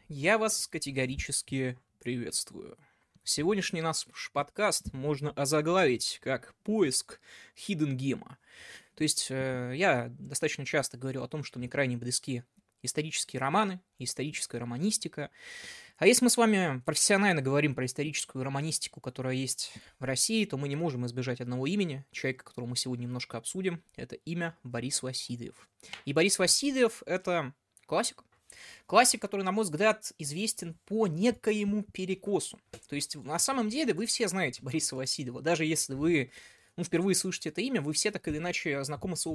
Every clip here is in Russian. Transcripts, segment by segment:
Я вас категорически приветствую. Сегодняшний наш подкаст можно озаглавить как «Поиск Hidden Gem». То есть я достаточно часто говорил о том, что мне крайне близки исторические романы, историческая романистика. А если мы с вами профессионально говорим про историческую романистику, которая есть в России, то мы не можем избежать одного имени, человека, которого мы сегодня немножко обсудим. Это имя Борис Васильев. И Борис Васильев — это классик. Классик, который, на мой взгляд, известен по некоему перекосу. То есть, на самом деле, вы все знаете Бориса Васильева. Даже если вы впервые слышите это имя, вы все так или иначе знакомы с его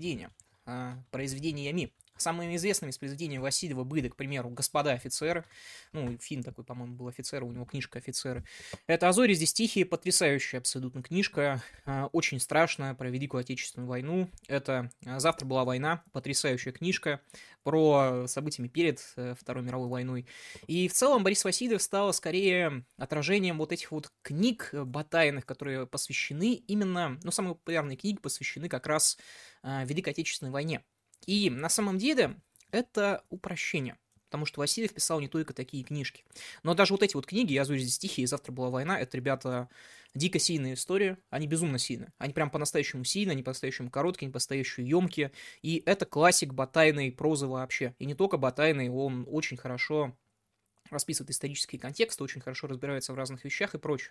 произведениями. Самыми известными из произведений Васильева были, к примеру, «Господа офицеры». Ну, фильм такой, по-моему, был «Офицеры», у него книжка «Офицеры». Это «А зори здесь тихие», потрясающая абсолютно книжка, очень страшная, про Великую Отечественную войну. Это «Завтра была война», потрясающая книжка про событиями перед Второй мировой войной. И в целом Борис Васильев стал скорее отражением вот этих вот книг батайных, которые посвящены именно, ну, самые популярные книги посвящены как раз Великой Отечественной войне. И на самом деле это упрощение, потому что Васильев писал не только такие книжки. Но даже вот эти вот книги «Я зори здесь тихие» и «Завтра была война» — это, ребята, дико сильные истории, они безумно сильные. Они прям по-настоящему сильные, они по-настоящему короткие, они по-настоящему емкие. И это классик батайной прозы вообще. И не только батайной, он очень хорошо расписывает исторический контекст, очень хорошо разбирается в разных вещах и прочее.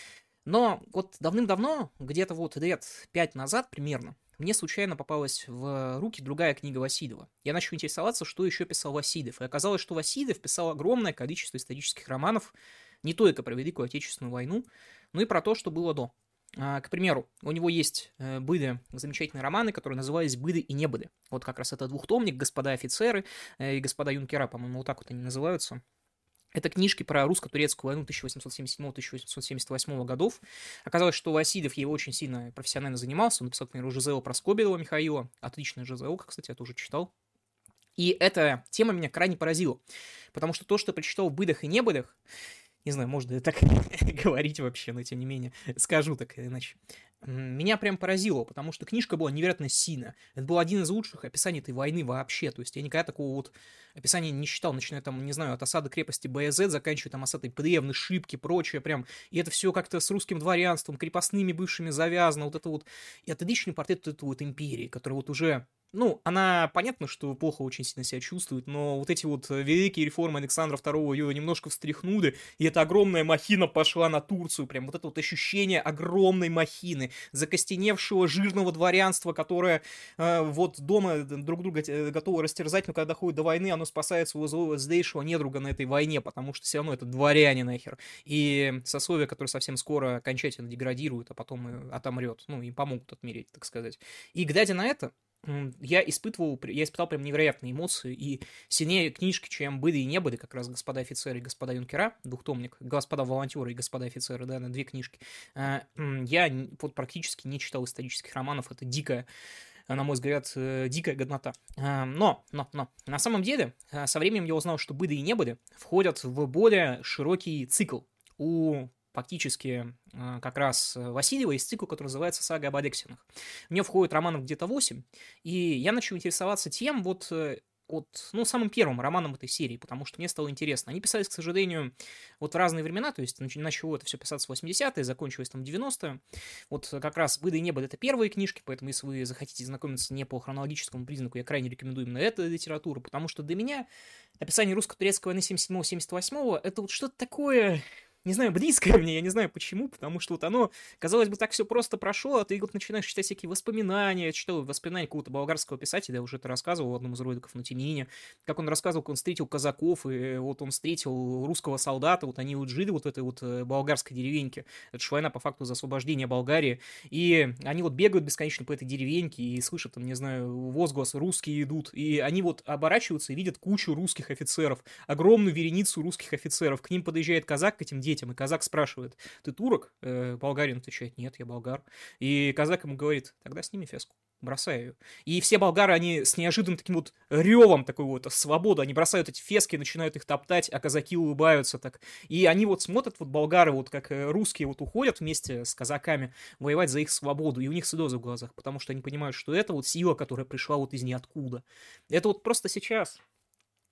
Но вот давным-давно, где-то вот лет 5 назад примерно, мне случайно попалась в руки другая книга Васильева. Я начал интересоваться, что еще писал Васильев. И оказалось, что Васильев писал огромное количество исторических романов не только про Великую Отечественную войну, но и про то, что было до. К примеру, у него были замечательные романы, которые назывались «Были и не были». Вот как раз это двухтомник «Господа офицеры» и «Господа юнкера», по-моему, вот так вот они называются. Это книжки про русско-турецкую войну 1877-1878 годов. Оказалось, что Васильев его очень сильно профессионально занимался. Он написал, к примеру, Жизелу Проскобелева Михаила. Отличная Жизелка, кстати, я тоже читал. И эта тема меня крайне поразила. Потому что то, что я прочитал в «Быдах и небыдах», не знаю, можно ли так говорить вообще, но тем не менее, скажу так иначе. Меня прям поразило, потому что книжка была невероятно сильная. Это был один из лучших описаний этой войны вообще. То есть я никогда такого вот описания не читал, начиная там, не знаю, от осады крепости Баязет, заканчивая там осадой Плевны, Шипки, прочее прям. И это все как-то с русским дворянством, крепостными бывшими завязано, вот это вот. И отличный портрет вот этой вот империи, которая вот уже... Ну, она, понятно, что плохо очень сильно себя чувствует, но вот эти вот великие реформы Александра II ее немножко встряхнули, и эта огромная махина пошла на Турцию, прям вот это вот ощущение огромной махины, закостеневшего жирного дворянства, которое вот дома друг друга готово растерзать, но когда доходит до войны, оно спасает своего злейшего недруга на этой войне, потому что все равно это дворяне нахер. И сословие, которое совсем скоро окончательно деградирует, а потом и отомрет, ну, им помогут отмереть, так сказать. И глядя на это, я испытал прям невероятные эмоции, и сильнее книжки, чем «Были и не были», как раз «Господа офицеры» и «Господа юнкера», двухтомник, «Господа волонтеры» и «Господа офицеры», да, на две книжки. Я вот практически не читал исторических романов, это дикая, на мой взгляд, дикая годнота. Но, на самом деле, со временем я узнал, что «Были и не были» входят в более широкий цикл. У фактически как раз Васильева есть цикл, который называется «Сага об Алексинах». В нее входит романов где-то 8, и я начал интересоваться тем, ну, самым первым романом этой серии, потому что мне стало интересно. Они писались, к сожалению, вот в разные времена, то есть начало это все писаться в 80-е, закончилось там в 90-е. Вот как раз «Были и не были» — это первые книжки, поэтому если вы захотите знакомиться не по хронологическому признаку, я крайне рекомендую именно эту литературу, потому что для меня описание русско-турецкой войны 77-78 это вот что-то такое... Не знаю, близкое мне, я не знаю почему, потому что вот оно, казалось бы, так все просто прошло, а ты вот начинаешь читать всякие воспоминания. Я читал воспоминания какого-то болгарского писателя, я уже это рассказывал в одном из роликов, но тем не менее, как он рассказывал, как он встретил казаков, и вот он встретил русского солдата, вот они вот жили вот в этой вот болгарской деревеньке, это же война по факту за освобождение Болгарии, и они вот бегают бесконечно по этой деревеньке и слышат там, не знаю, возглас «русские идут», и они вот оборачиваются и видят кучу русских офицеров, огромную вереницу русских офицеров, к ним подъезжает казак, к этим детям, и казак спрашивает: «Ты турок?» Болгарин отвечает: «Нет, я болгар». И казак ему говорит: «Тогда сними феску». Бросаю ее. И все болгары, они с неожиданным таким вот ревом, такой вот свободу, они бросают эти фески, начинают их топтать, а казаки улыбаются так. И они вот смотрят, вот болгары, вот как русские вот уходят вместе с казаками воевать за их свободу, и у них слезы в глазах, потому что они понимают, что это вот сила, которая пришла вот из ниоткуда. Это вот просто сейчас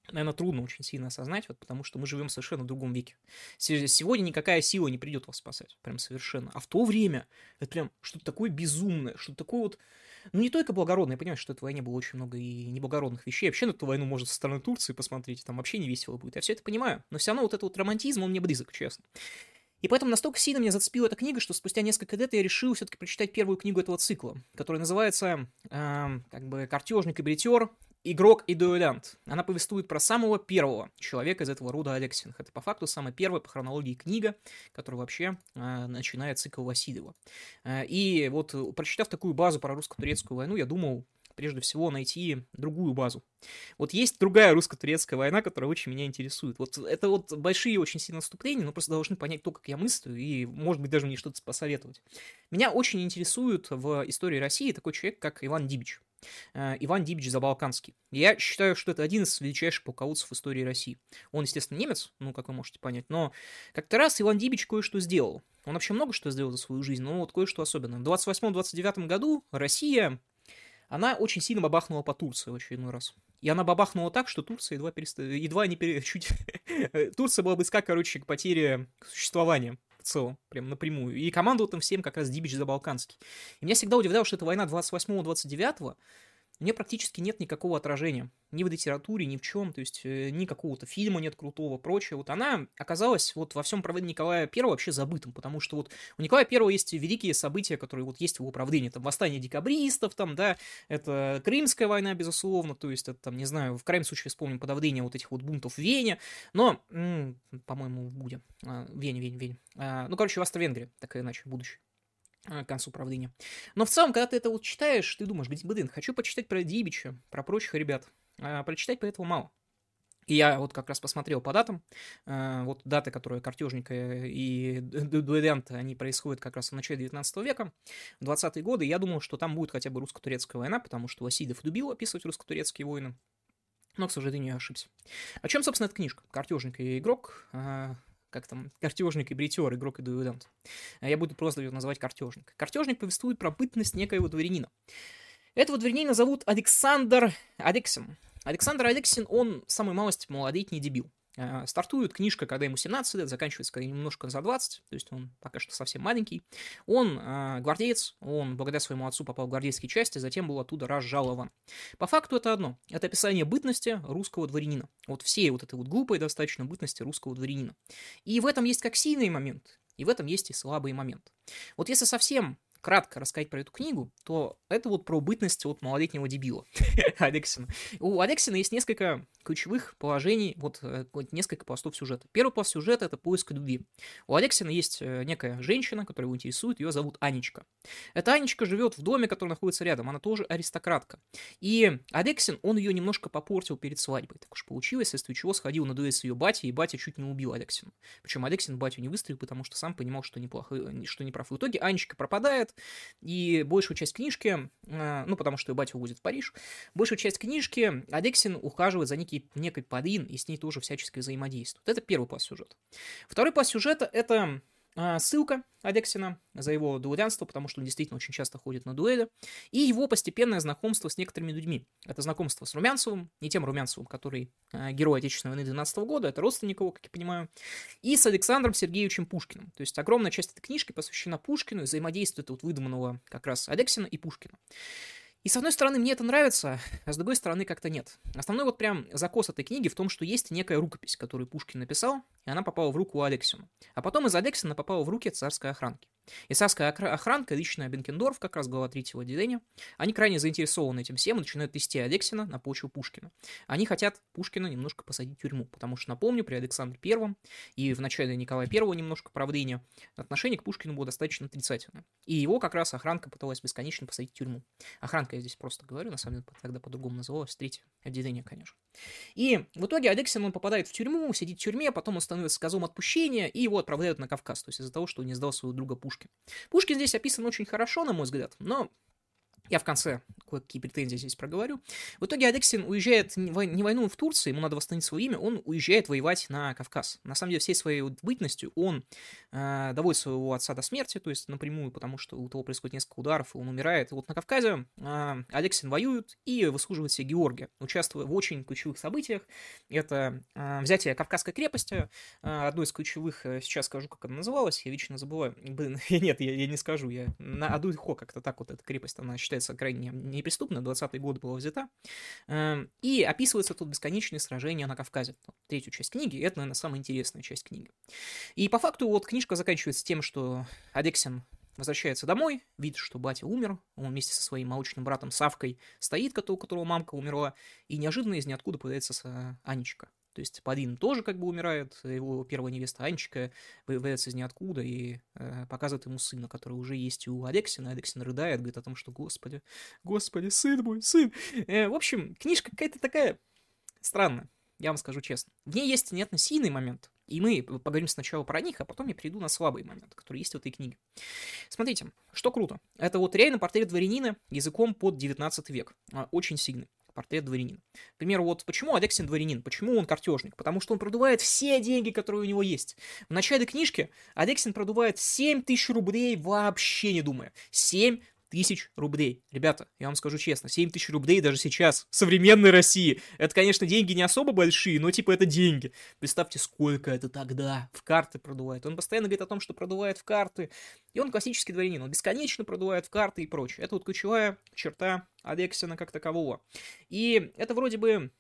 наверное, трудно очень сильно осознать, вот, потому что мы живем совершенно в другом веке. Сегодня никакая сила не придет вас спасать, прям совершенно. А в то время это прям что-то такое безумное, что-то такое вот, ну, не только благородное, я понимаю, что в этой войне было очень много и неблагородных вещей. Вообще на эту войну можно со стороны Турции посмотреть, там вообще не весело будет. Я все это понимаю, но все равно вот этот вот романтизм, он мне близок, честно. И поэтому настолько сильно меня зацепила эта книга, что спустя несколько лет я решил все-таки прочитать первую книгу этого цикла, которая называется как бы «Картежник и бритер. Игрок и дуэлянт». Она повествует про самого первого человека из этого рода Алексиных. Это по факту самая первая по хронологии книга, которая вообще начинает цикл Васильева. И вот, прочитав такую базу про русско-турецкую войну, я думал, прежде всего, найти другую базу. Вот есть другая русско-турецкая война, которая очень меня интересует. Вот это вот большие очень сильные наступления, но просто должны понять то, как я мыслю, и, может быть, даже мне что-то посоветовать. Меня очень интересует в истории России такой человек, как Иван Дибич. Иван Дибич Забалканский. Я считаю, что это один из величайших полководцев в истории России. Он, естественно, немец, ну, как вы можете понять, но как-то раз Иван Дибич кое-что сделал. Он вообще много что сделал за свою жизнь, но вот кое-что особенное. В 28-29 году Россия, она очень сильно бабахнула по Турции в очередной раз. И она бабахнула так, что Турция едва не чуть... Турция была близка, короче, к потере существования в целом, прям напрямую. И командовал там всем как раз Дибич Забалканский. И меня всегда удивляло, что эта война 28-29 у нее практически нет никакого отражения. Ни в литературе, ни в чем. То есть ни какого-то фильма нет крутого, прочее. Вот она оказалась вот во всем правлении Николая I вообще забытым. Потому что вот у Николая I есть великие события, которые вот есть в его правлении. Там восстание декабристов, там, да, это Крымская война, безусловно. То есть это там, не знаю, в крайнем случае вспомним подавление вот этих вот бунтов в Вене. Но, по-моему, в Буде. Вене. Ну, короче, в Австро-Венгрии, так или иначе, будущее. К концу правления. Но в целом, когда ты это вот читаешь, ты думаешь, блин, хочу почитать про Дибича, про прочих ребят. А прочитать про этого мало. И я вот как раз посмотрел по датам. Вот даты, которые картежника и дуэлянта, они происходят как раз в начале 19 века, в 20-е годы. Я думал, что там будет хотя бы русско-турецкая война, потому что Васильев любил описывать русско-турецкие войны. Но, к сожалению, я ошибся. О чем, собственно, эта книжка? Картежник и игрок. Как там, картежник и бритер, игрок и дуэлянт. Я буду просто ее называть картежник. Картежник повествует про бытность некоего дворянина. Этого дворянина зовут Александр Алексин. Александр Алексин, он самый малость малолетний дебил. Стартует книжка, когда ему 17 лет, заканчивается, когда ему немножко за 20, то есть он пока что совсем маленький. Он гвардеец, он благодаря своему отцу попал в гвардейские части, затем был оттуда разжалован. По факту это одно, это описание бытности русского дворянина. Вот всей вот этой вот глупой достаточно бытности русского дворянина. И в этом есть как сильный момент, и в этом есть и слабый момент. Вот если совсем кратко рассказать про эту книгу, то это вот про бытность от малолетнего дебила Алексина. У Алексина есть несколько ключевых положений, вот несколько пластов сюжета. Первый пласт сюжета — это поиск любви. У Алексина есть некая женщина, которая его интересует, ее зовут Анечка. Эта Анечка живет в доме, который находится рядом, она тоже аристократка. И Алексин, он ее немножко попортил перед свадьбой. Так уж получилось, вследствие чего сходил на дуэль с ее батей, и батя чуть не убил Алексина. Причем Алексин батю не выстрелил, потому что сам понимал, что что не прав. В итоге Анечка пропадает, и большую часть книжки, ну, потому что ее батя увозит в Париж, большую часть книжки Алексин ухаживает за некой Полин, и с ней тоже всячески взаимодействует. Это первый пласт сюжета. Второй пласт сюжета — это ссылка Алексина за его дуэлянство, потому что он действительно очень часто ходит на дуэли, и его постепенное знакомство с некоторыми людьми. Это знакомство с Румянцевым, не тем Румянцевым, который герой Отечественной войны 12 года, это родственник его, как я понимаю, и с Александром Сергеевичем Пушкиным. То есть огромная часть этой книжки посвящена Пушкину и взаимодействию вот выдуманного как раз Алексина и Пушкина. И с одной стороны мне это нравится, а с другой стороны как-то нет. Основной вот прям закос этой книги в том, что есть некая рукопись, которую Пушкин написал, и она попала в руку Алексину. А потом из Алексина попала в руки царской охранки. И царская охранка, лично Бенкендорф, как раз глава третьего отделения, они крайне заинтересованы этим всем и начинают вести Алексина на почву Пушкина. Они хотят Пушкина немножко посадить в тюрьму, потому что, напомню, при Александре Первом и в начале Николая Первого немножко правления отношение к Пушкину было достаточно отрицательное. И его как раз охранка пыталась бесконечно посадить в тюрьму. Охранка я здесь просто говорю, на самом деле тогда по-другому называлось, третье отделение, конечно. И в итоге Алексин, он попадает в тюрьму, сидит в тюрьме, потом он становится козлом отпущения, и его отправляют на Кавказ, то есть из-за того, что он не сдал своего друга Пушкина. Пушкин здесь описан очень хорошо, на мой взгляд, но Я в конце кое-какие претензии здесь проговорю. В итоге Алексин уезжает не войну в Турции, ему надо восстановить свое имя, он уезжает воевать на Кавказ. На самом деле, всей своей вот бытностью он доводит своего отца до смерти, то есть напрямую, потому что у того происходит несколько ударов, и он умирает. И вот на Кавказе Алексин воюет и выслуживает себе Георгия, участвуя в очень ключевых событиях. Это взятие Кавказской крепости, одно из ключевых, сейчас скажу, как она называлась, я вечно забываю. Блин, нет, я не скажу, я на Адуйхо как-то так вот эта крепость, она считается крайне неприступна, 20-й год была взята, и описываются тут бесконечные сражения на Кавказе. Третью часть книги, это, наверное, самая интересная часть книги. И по факту вот книжка заканчивается тем, что Алексин возвращается домой, видит, что батя умер, он вместе со своим молочным братом Савкой стоит, у которого мамка умерла, и неожиданно из ниоткуда появляется Анечка. То есть Падин тоже как бы умирает, его первая невеста Анечка появляется из ниоткуда и показывает ему сына, который уже есть у Алексина. Алексин рыдает, говорит о том, что господи, сын мой, сын. В общем, книжка какая-то такая странная, я вам скажу честно. В ней есть понятно сильный момент, и мы поговорим сначала про них, а потом я перейду на слабые моменты, которые есть в этой книге. Смотрите, что круто. Это вот реально портрет дворянина языком под 19 век. Очень сильный портрет дворянина. К примеру, вот почему Алексин дворянин, почему он картежник? Потому что он продувает все деньги, которые у него есть. В начале книжки Алексин продувает 7 тысяч рублей, вообще не думая. 7 тысяч рублей. Ребята, я вам скажу честно, 7 тысяч рублей даже сейчас, в современной России, это, конечно, деньги не особо большие, но типа это деньги. Представьте, сколько это тогда в карты продувает. Он постоянно говорит о том, что продувает в карты. И он классический дворянин, он бесконечно продувает в карты и прочее. Это вот ключевая черта Алексина как такового. И это вроде бы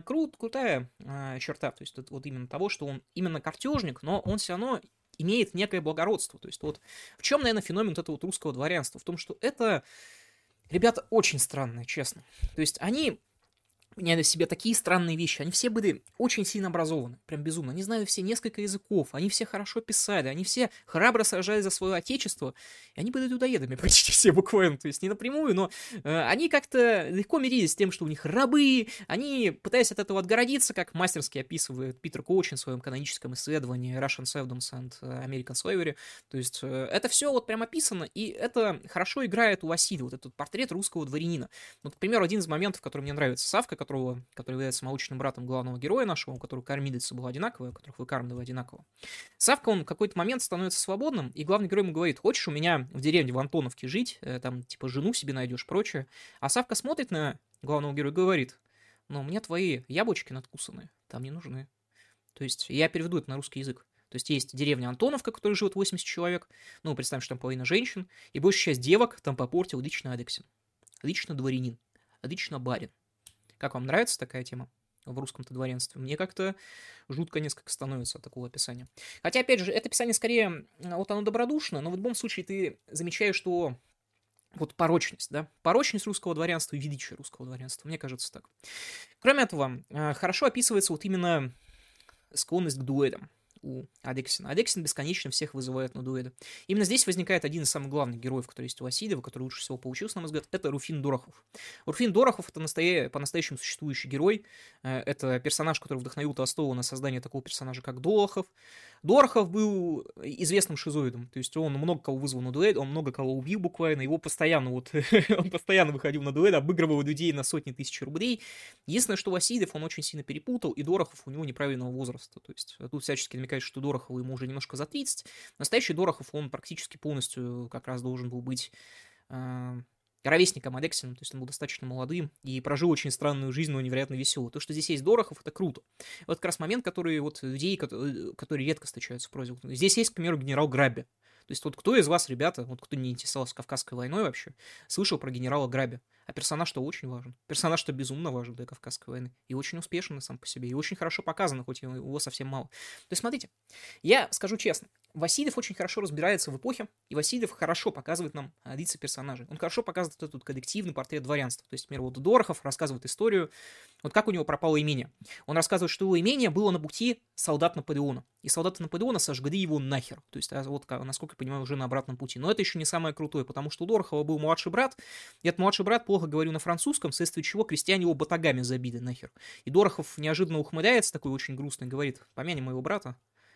крутая черта, то есть вот именно того, что он именно картежник, но он все равно имеет некое благородство. То есть вот в чем, наверное, феномен вот этого вот русского дворянства? В том, что это, ребята, очень странные, честно. То есть они меняли в себе такие странные вещи. Они все были очень сильно образованы, прям безумно. Они знали все несколько языков, они все хорошо писали, они все храбро сражались за свое отечество, и они были людоедами почти все буквально, то есть не напрямую, но они как-то легко мирились с тем, что у них рабы, они пытаясь от этого отгородиться, как мастерски описывает Питер Коучин в своем каноническом исследовании Russian Serfdoms and American Slavery, то есть это все вот прям описано, и это хорошо играет у Василия, вот этот портрет русского дворянина. Вот, к примеру, один из моментов, который мне нравится, Савка, который является молочным братом главного героя нашего, у которого кормилица была одинаковая, у которых выкармливали одинаково. Савка, он в какой-то момент становится свободным, и главный герой ему говорит: хочешь у меня в деревне в Антоновке жить, там, типа, жену себе найдешь, прочее. А Савка смотрит на главного героя и говорит: но мне твои яблочки надкусанные там не нужны. То есть я переведу это на русский язык. То есть деревня Антоновка, в которой живет 80 человек, ну, представим, что там половина женщин, и большая часть девок там попортил лично Алексин. Лично дворянин, лично барин. Как вам нравится такая тема в русском-то дворянстве? Мне как-то жутко несколько становится от такого описания. Хотя, опять же, это описание скорее, вот оно добродушно, но в любом случае ты замечаешь, что вот порочность, да, порочность русского дворянства и величие русского дворянства, мне кажется так. Кроме этого, хорошо описывается вот именно склонность к дуэлям у Алексина. Алексин бесконечно всех вызывает на дуэли. Именно здесь возникает один из самых главных героев, который есть у Васильева, который лучше всего получился, на мой взгляд, это Руфин Дорохов. Руфин Дорохов — это по-настоящему существующий герой. Это персонаж, который вдохновил Толстого на создание такого персонажа, как Дорохов. Дорохов был известным шизоидом, то есть он много кого вызвал на дуэль, он много кого убил буквально, его постоянно он постоянно выходил на дуэль, обыгрывал людей на сотни тысяч рублей. Единственное, что Васильев, он очень сильно перепутал, и Дорохов у него неправильного возраста, то есть тут всячески намекает, что Дорохову ему уже немножко за 30. Настоящий Дорохов, он практически полностью как раз должен был быть ровесником Алексина, то есть он был достаточно молодым и прожил очень странную жизнь, но невероятно веселую. То, что здесь есть Дорохов, это круто. Вот как раз момент, который вот людей, которые редко встречаются в прозе. Здесь есть, к примеру, генерал Грабби. То есть вот кто из вас, ребята, вот кто не интересовался Кавказской войной вообще, слышал про генерала Грабби? А персонаж-то очень важен. Персонаж-то безумно важен для Кавказской войны. И очень успешный сам по себе. И очень хорошо показано, хоть его совсем мало. То есть, смотрите, я скажу честно. Васильев очень хорошо разбирается в эпохе, и Васильев хорошо показывает нам лица персонажей. Он хорошо показывает этот коллективный портрет дворянства. То есть, например, вот Дорохов рассказывает историю, вот как у него пропало имение. Он рассказывает, что его имение было на пути солдат Наполеона. И солдаты Наполеона сожгли его нахер. То есть, вот, насколько я понимаю, уже на обратном пути. Но это еще не самое крутое, потому что у Дорохова был младший брат, и этот младший брат плохо говорил на французском, вследствие чего крестьяне его батагами забили нахер. И Дорохов неожиданно ухмыляется, такой очень грустный, говорит: помянем моего брата,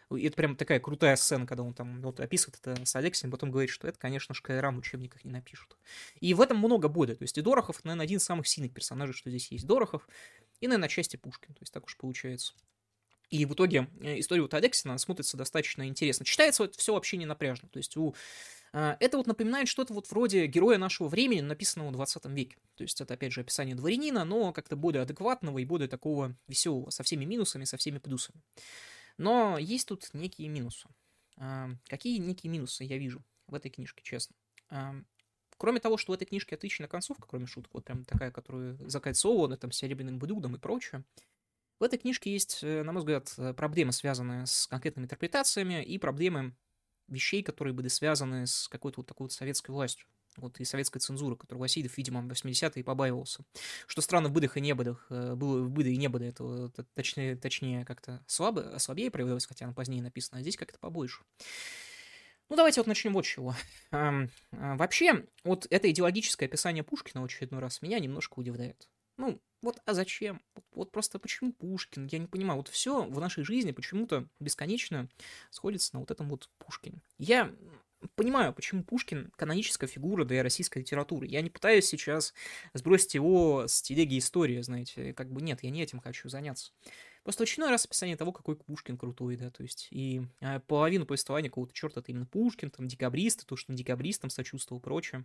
И это прям такая крутая сцена, когда он там вот описывает это с Алексием, потом говорит, что это, конечно, Шкайрам в учебниках не напишут. И в этом много боли. То есть и Дорохов, наверное, один из самых сильных персонажей, что здесь есть. Дорохов и, наверное, отчасти Пушкин. То есть так уж получается. И в итоге история вот Алексина смотрится достаточно интересно. Читается вот все вообще не напряжно. То есть это вот напоминает что-то вот вроде героя нашего времени, написанного в 20 веке. То есть это, опять же, описание дворянина, но как-то более адекватного и более такого веселого, со всеми минусами, со всеми плюсами. Но есть тут некие минусы. Какие некие минусы я вижу в этой книжке, честно? Кроме того, что в этой книжке отличная концовка, кроме шуток, вот прям такая, которая закольцована там серебряным блюдом и прочее, в этой книжке есть, на мой взгляд, проблемы, связанные с конкретными интерпретациями, и проблемы вещей, которые были связаны с какой-то вот такой вот советской властью. Вот и советской цензуры, которую Васильев, видимо, в 80-е побаивался. Что странно, в «Быдах и небыдах», в «Быда и небыда» это точнее как-то слабее проявилось, хотя оно позднее написано, а здесь как-то побольше. Ну, давайте вот начнем вот с чего. Вообще, вот это идеологическое описание Пушкина в очередной раз меня немножко удивляет. Ну, вот, а зачем? Вот просто почему Пушкин? Я не понимаю. Вот все в нашей жизни почему-то бесконечно сходится на вот этом вот Пушкине. Я понимаю, почему Пушкин каноническая фигура для российской литературы. Я не пытаюсь сейчас сбросить его с телеги истории, знаете. Как бы нет, я не этим хочу заняться. Просто очередной раз описание того, какой Пушкин крутой, да, то есть и половину повествования какого-то черта это именно Пушкин, там, декабристы, то, что он декабристам сочувствовал и прочее.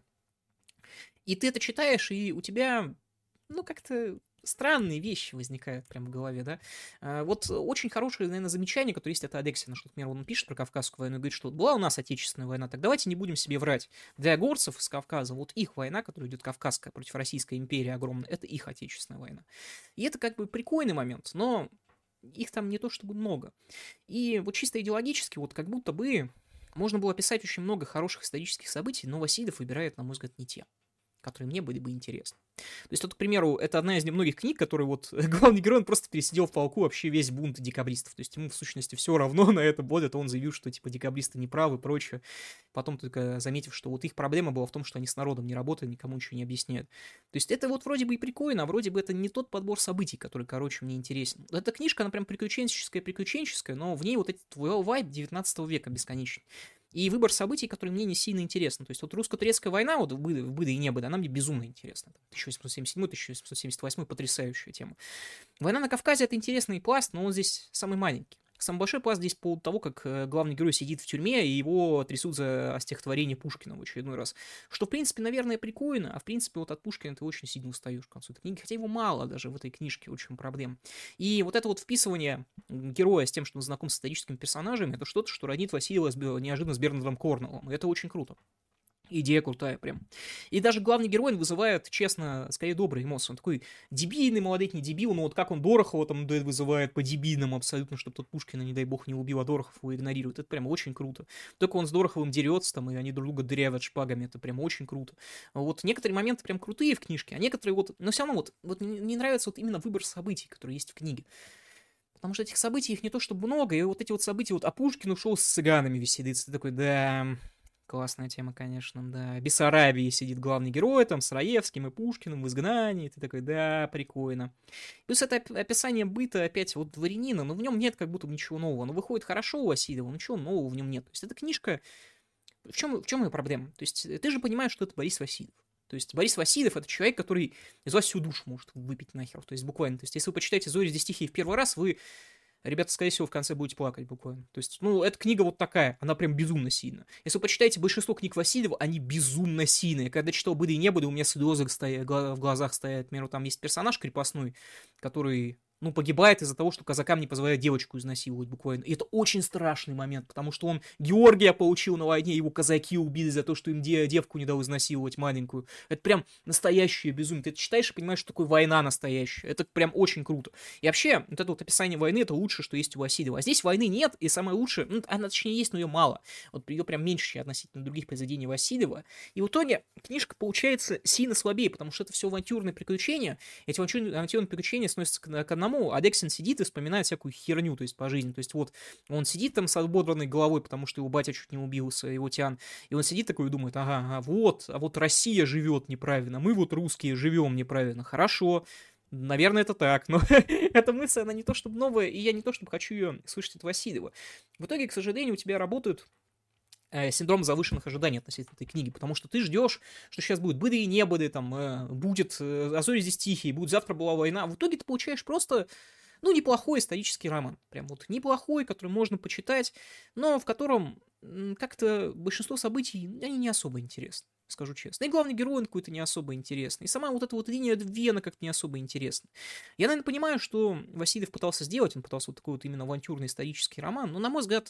И ты это читаешь, и у тебя ну, как-то странные вещи возникают прямо в голове, да. Вот очень хорошее, наверное, замечание, которое есть от Алексина, что, например, он пишет про Кавказскую войну и говорит, что была у нас Отечественная война, так давайте не будем себе врать. Для горцев из Кавказа, вот их война, которая идет Кавказская против Российской империи огромная, это их Отечественная война. И это как бы прикольный момент, но их там не то чтобы много. И вот чисто идеологически, вот как будто бы можно было описать очень много хороших исторических событий, но Васильев выбирает, на мой взгляд, не те, которые мне были бы интересны. То есть, вот, к примеру, это одна из немногих книг, которые вот главный герой, он просто пересидел в полку вообще весь бунт декабристов. То есть, ему, в сущности, все равно на это. Более того, он заявил, что, типа, декабристы неправы и прочее. Потом только заметив, что вот их проблема была в том, что они с народом не работают, никому ничего не объясняют. То есть, это вот вроде бы и прикольно, а вроде бы это не тот подбор событий, который, короче, мне интересен. Эта книжка, она прям приключенческая, но в ней вот этот вайб 19 века бесконечный. И выбор событий, который мне не сильно интересен. То есть, вот русско-турецкая война, вот в «Быда и небыда», она мне безумно интересна. 1877-1878 потрясающая тема. Война на Кавказе — это интересный пласт, но он здесь самый маленький. Самый большой пласт здесь по поводу того, как главный герой сидит в тюрьме, и его трясут за стихотворение Пушкина в очередной раз. Что, в принципе, наверное, прикольно, а в принципе, вот от Пушкина ты очень сильно устаешь к концу этой книги, хотя его мало даже в этой книжке, очень проблем. И вот это вот вписывание героя с тем, что он знаком с историческими персонажами, это что-то, что роднит Васильева неожиданно с Бернардом Корнеллом. И это очень круто. Идея крутая прям. И даже главный герой вызывает, честно, скорее добрые эмоции. Он такой дебильный, малолетний дебил, но вот как он Дорохова там вызывает по-дебильному абсолютно, чтобы тот Пушкина, не дай бог, не убил, а Дорохов его игнорирует. Это прям очень круто. Только он с Дороховым дерется там, и они друг друга дырявят шпагами. Это прям очень круто. Вот некоторые моменты прям крутые в книжке, а некоторые вот... Но все равно вот не нравится вот именно выбор событий, которые есть в книге. Потому что этих событий их не то чтобы много, и вот эти вот события, вот, а Пушкин ушел с цыганами веселиться. Ты такой, да... Классная тема, конечно, да. В Бессарабии сидит главный герой, там, с Раевским и Пушкиным в изгнании. Ты такой, да, прикольно. Плюс это описание быта, опять, вот, дворянина, но в нем нет как будто бы ничего нового. Ну, выходит хорошо у Васильева, но ничего нового в нем нет. То есть, эта книжка... В чем ее проблема? То есть, ты же понимаешь, что это Борис Васильев. То есть, Борис Васильев — это человек, который из вас всю душу может выпить нахер. То есть, буквально. То есть, если вы почитаете «Зори здесь тихие» в первый раз, вы... Ребята, скорее всего, в конце будете плакать буквально. То есть, ну, эта книга вот такая, она прям безумно сильная. Если вы почитаете большинство книг Васильева, они безумно сильные. Когда читал «Быда и небыда», у меня слезы в глазах стоят. Например, там есть персонаж крепостной, который... ну, погибает из-за того, что казакам не позволяют девочку изнасиловать буквально. И это очень страшный момент, потому что он Георгия получил на войне, его казаки убили за то, что им девку не дал изнасиловать маленькую. Это прям настоящее безумие. Ты это читаешь и понимаешь, что такое война настоящая. Это прям очень круто. И вообще, вот это вот описание войны, это лучшее, что есть у Васильева. А здесь войны нет, и самое лучшее, ну, она точнее есть, но ее мало. Вот ее прям меньше относительно других произведений Васильева. И в итоге книжка получается сильно слабее, потому что это все авантюрные приключения. Эти авантюрные приключения сносятся к одному. Алексин сидит и вспоминает всякую херню, то есть по жизни. То есть вот он сидит там с ободранной головой, потому что его батя чуть не убился, его Тян. И он сидит такой и думает, а вот Россия живет неправильно, мы вот русские живем неправильно. Хорошо, Наверное, это так, но эта мысль, она не то чтобы новая, и я не то чтобы хочу ее слышать от Васильева. В итоге, к сожалению, у тебя работают синдром завышенных ожиданий относительно этой книги, потому что ты ждешь, что сейчас будет «Быды и небыды», там, будет «А зори здесь тихие», будет «Завтра была война». В итоге ты получаешь просто, ну, неплохой исторический роман. Прям вот неплохой, который можно почитать, но в котором как-то большинство событий, они не особо интересны, скажу честно. И главный герой, он какой-то не особо интересный. И сама вот эта вот линия Вена как-то не особо интересна. Я, наверное, понимаю, что Васильев пытался сделать, он пытался вот такой вот именно авантюрный исторический роман, но, на мой взгляд,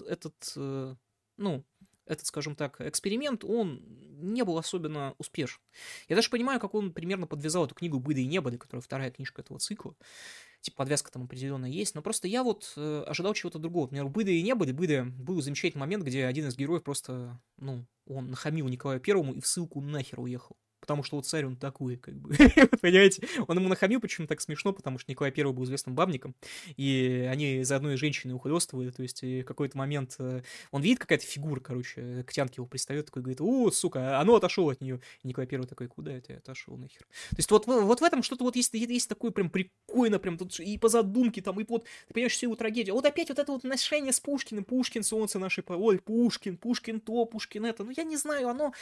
этот, скажем так, эксперимент, он не был особенно успешен. Я даже понимаю, как он примерно подвязал эту книгу «Быды и небыды», которая вторая книжка этого цикла. Типа подвязка там определенно есть, но просто я вот ожидал чего-то другого. Например, «Быды и небыды», «Быды» был замечательный момент, где один из героев просто, ну, он нахамил Николаю Первому и в ссылку нахер уехал. Потому что вот царь он такой, как бы, понимаете? Он ему нахамил, почему так смешно, потому что Николай Первый был известным бабником, и они за одной женщиной ухлёстывали, то есть в какой-то момент он видит, какая-то фигура, короче, к тянке его пристает, такой говорит: «О, сука, а ну отошел от нее». И Николай Первый такой: «Куда это я отошел нахер?» То есть вот в этом что-то вот есть такое прям прикольно, прям тут и по задумке там, и вот, ты понимаешь, всю его трагедию. Вот опять вот это вот отношение с Пушкиным, Пушкин, солнце наше, ой, Пушкин то, Пушкин это, ну я не знаю, оно...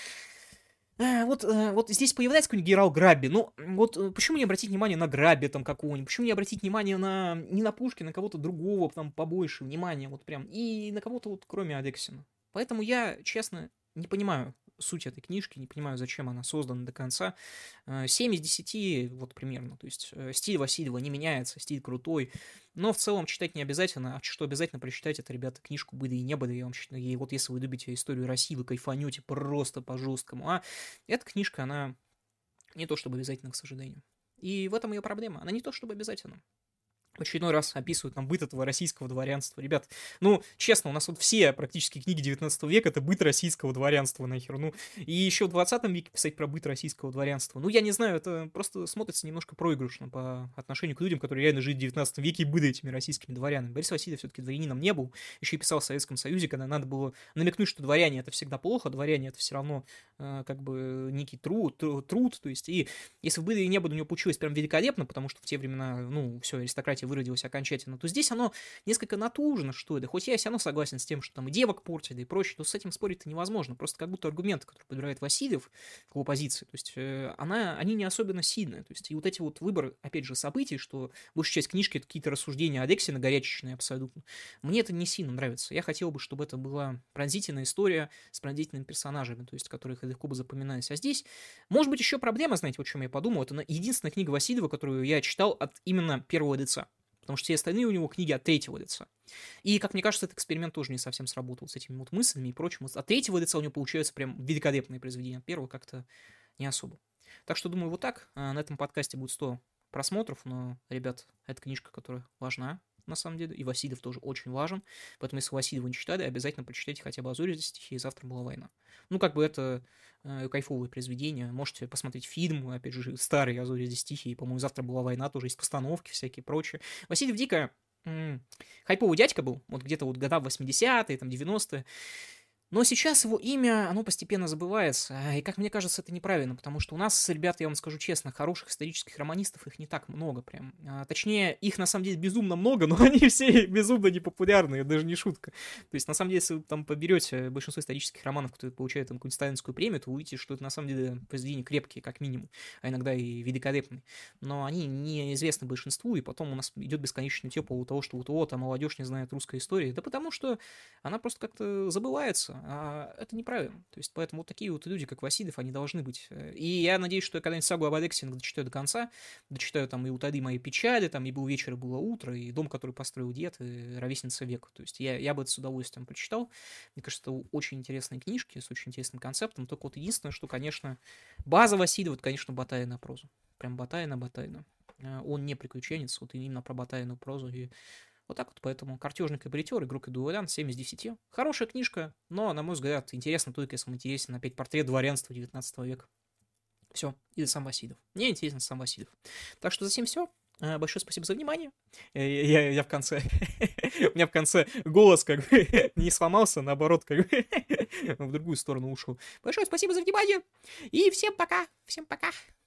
Вот здесь появляется какой-нибудь генерал Грабби. Ну, вот почему не обратить внимание на Грабби там какого-нибудь? Почему не обратить внимание не на Пушкина, на кого-то другого, там побольше внимания, вот прям, и на кого-то вот кроме Алексина. Поэтому я, честно, не понимаю суть этой книжки, не понимаю, зачем она создана до конца. 7 из 10, вот примерно. То есть стиль Васильева не меняется, стиль крутой. Но в целом читать не обязательно. А что обязательно прочитать, это, ребята, книжку «Быды и небыды». Я вам считаю, и вот если вы любите историю России, вы кайфанете просто по-жесткому. А эта книжка, она не то чтобы обязательно, к сожалению. И в этом ее проблема. Она не то чтобы обязательно. В очередной раз описывают нам быт этого российского дворянства. Ребят, ну, честно, у нас вот все практически книги 19 века — это быт российского дворянства, нахер. Ну, и еще в 20 веке писать про быт российского дворянства. Ну, я не знаю, это просто смотрится немножко проигрышно по отношению к людям, которые реально жили в 19 веке и были этими российскими дворянами. Борис Васильев все-таки дворянином не был, еще и писал в Советском Союзе, когда надо было намекнуть, что дворяне — это всегда плохо, дворяне — это все равно как бы некий труд, то есть, и если в «Быды и небыды» у него получилось прям великолепно, потому что в те времена, ну, все, аристократия выродилась окончательно, то здесь оно несколько натужно, что ли. Хоть я все равно согласен с тем, что там и девок портили, и прочее, то с этим спорить-то невозможно. Просто как будто аргументы, которые подбирает Васильев к его позиции, то есть они не особенно сильные. То есть и вот эти вот выборы, опять же, событий, что большая часть книжки — это какие-то рассуждения Алексина горячечные абсолютно. Мне это не сильно нравится. Я хотел бы, чтобы это была пронзительная история с пронзительными персонажами, то есть которых легко бы запоминались. А здесь, может быть, еще проблема, знаете, вот о чем я подумал, это единственная книга Васильева, которую я читал от именно первого лица. Потому что все остальные у него книги от третьего лица. И, как мне кажется, этот эксперимент тоже не совсем сработал с этими вот мыслями и прочим. От третьего лица у него получаются прям великолепные произведения. От первого как-то не особо. Так что, думаю, вот так. На этом подкасте будет 100 просмотров. Но, ребят, это книжка, которая важна, на самом деле. И Васильев тоже очень важен. Поэтому, если Васильева не читали, обязательно прочитайте хотя бы «А зори здесь тихие», «Завтра была война». Ну, как бы это кайфовые произведения. Можете посмотреть фильм, опять же, старый «А зори здесь тихие». По-моему, «Завтра была война», тоже есть постановки всякие прочие. Васильев дико хайповый дядька был. Вот где-то вот года в 80-е, там, 90-е. Но сейчас его имя, оно постепенно забывается, и, как мне кажется, это неправильно, потому что у нас, ребята, я вам скажу честно, хороших исторических романистов их не так много прям. Точнее, их на самом деле безумно много, но они все безумно непопулярные, даже не шутка. То есть, на самом деле, если вы там поберете большинство исторических романов, которые получают там какую-нибудь сталинскую премию, то вы увидите, что это на самом деле произведения крепкие, как минимум, а иногда и великолепные. Но они неизвестны большинству, и потом у нас идет бесконечный тёп по поводу того, что вот, а молодежь не знает русской истории. Да потому что она просто как-то забывается. А это неправильно. То есть, поэтому вот такие вот люди, как Васильев, они должны быть. И я надеюсь, что я когда-нибудь сагу об Алексине дочитаю до конца, дочитаю там и «Утоли мои печали», там и «Был вечер, и было утро», и «Дом, который построил дед», и «Ровесница века». То есть я бы это с удовольствием прочитал. Мне кажется, это очень интересные книжки с очень интересным концептом. Только вот единственное, что, конечно, база Васильева — это, конечно, Батайна проза. Прям Батайна. Он не приключенец, вот именно про Батайну прозу. И вот так вот, поэтому «Картежный кабритер», «Игрок и дуэлянт», 7 из 10. Хорошая книжка, но, на мой взгляд, интересно только, если вам интересен опять портрет дворянства 19 века. Все, и сам Васильев. Мне интересен сам Васильев. Так что за всем все. Большое спасибо за внимание. Я в конце... У меня в конце голос как бы не сломался, наоборот, как бы в другую сторону ушел. Большое спасибо за внимание. И всем пока. Всем пока.